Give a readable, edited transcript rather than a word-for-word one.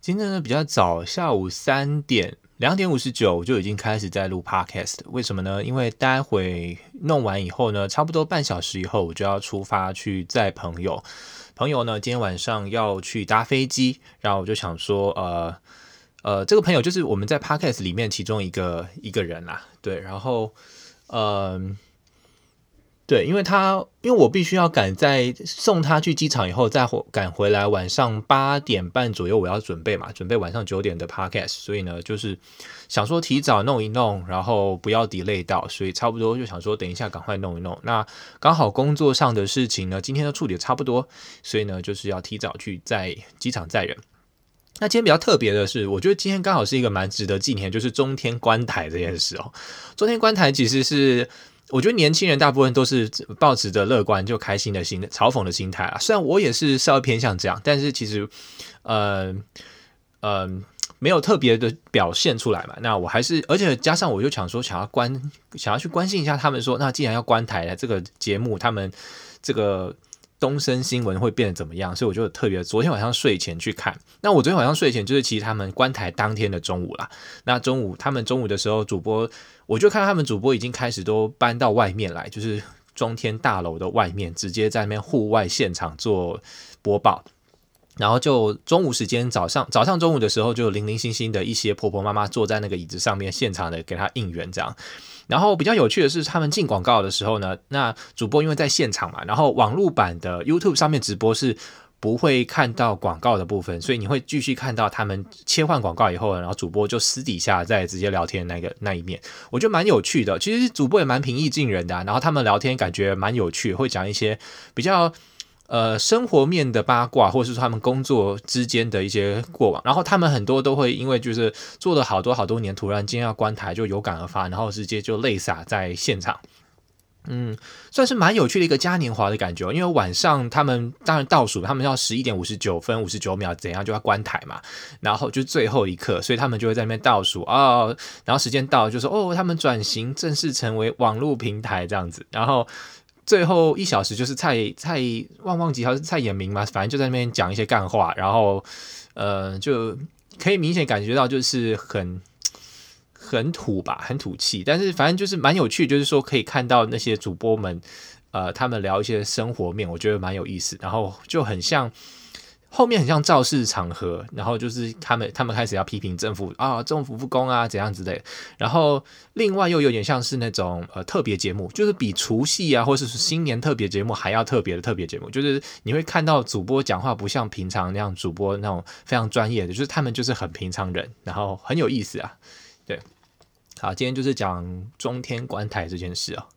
今天呢比较早，下午2点59我就已经开始在录 podcast。为什么呢？因为待会弄完以后呢，差不多半小时以后我就要出发去载朋友。朋友呢今天晚上要去搭飞机，然后我就想说，这个朋友就是我们在 podcast 里面其中一个人啦，对，然后对，因为我必须要赶在送他去机场以后再赶回来，晚上8点半左右我要准备晚上9点的 podcast， 所以呢就是想说提早弄一弄，然后不要 delay 到，所以差不多就想说等一下赶快弄一弄。那刚好工作上的事情呢今天都处理的差不多，所以呢就是要提早去在机场载人。那今天比较特别的是，我觉得今天刚好是一个蛮值得纪念，就是中天关台这件事哦。中天关台其实是我觉得年轻人大部分都是抱持着乐观就开心的心嘲讽的心态啊，虽然我也是稍微偏向这样，但是其实没有特别的表现出来嘛。那我还是，而且加上我就想说想要去关心一下他们说，那既然要关台了，这个节目他们这个东森新闻会变得怎么样，所以我就特别昨天晚上睡前去看。那我昨天晚上睡前就是其实他们关台当天的中午啦，那他们中午的时候主播，我就看到他们主播已经开始都搬到外面来，就是中天大楼的外面，直接在那边户外现场做播报。然后就中午时间早上中午的时候，就零零星星的一些婆婆妈妈坐在那个椅子上面，现场的给他应援这样。然后比较有趣的是，他们进广告的时候呢，那主播因为在现场嘛，然后网路版的 YouTube 上面直播是不会看到广告的部分，所以你会继续看到他们切换广告以后，然后主播就私底下再直接聊天那一面，我觉得蛮有趣的。其实主播也蛮平易近人的然后他们聊天感觉蛮有趣，会讲一些比较生活面的八卦，或是说他们工作之间的一些过往，然后他们很多都会因为就是做了好多年，突然间要关台就有感而发，然后直接就泪洒在现场。算是蛮有趣的一个嘉年华的感觉因为晚上他们当然倒数，他们要11点59分59秒怎样就要关台嘛，然后就最后一刻，所以他们就会在那边倒数然后时间到就说他们转型正式成为网络平台这样子，然后最后1小时就是忘记他是蔡衍明嘛，反正就在那边讲一些干话，然后就可以明显感觉到就是很土吧，很土气，但是反正就是蛮有趣，就是说可以看到那些主播们他们聊一些生活面，我觉得蛮有意思，然后就很像后面很像造势场合，然后就是他们开始要批评政府政府不公怎样之类的，然后另外又有点像是那种特别节目，就是比除夕或是新年特别节目还要特别的特别节目，就是你会看到主播讲话不像平常那样主播那种非常专业的，就是他们就是很平常人，然后很有意思对。好，今天就是讲中天关台这件事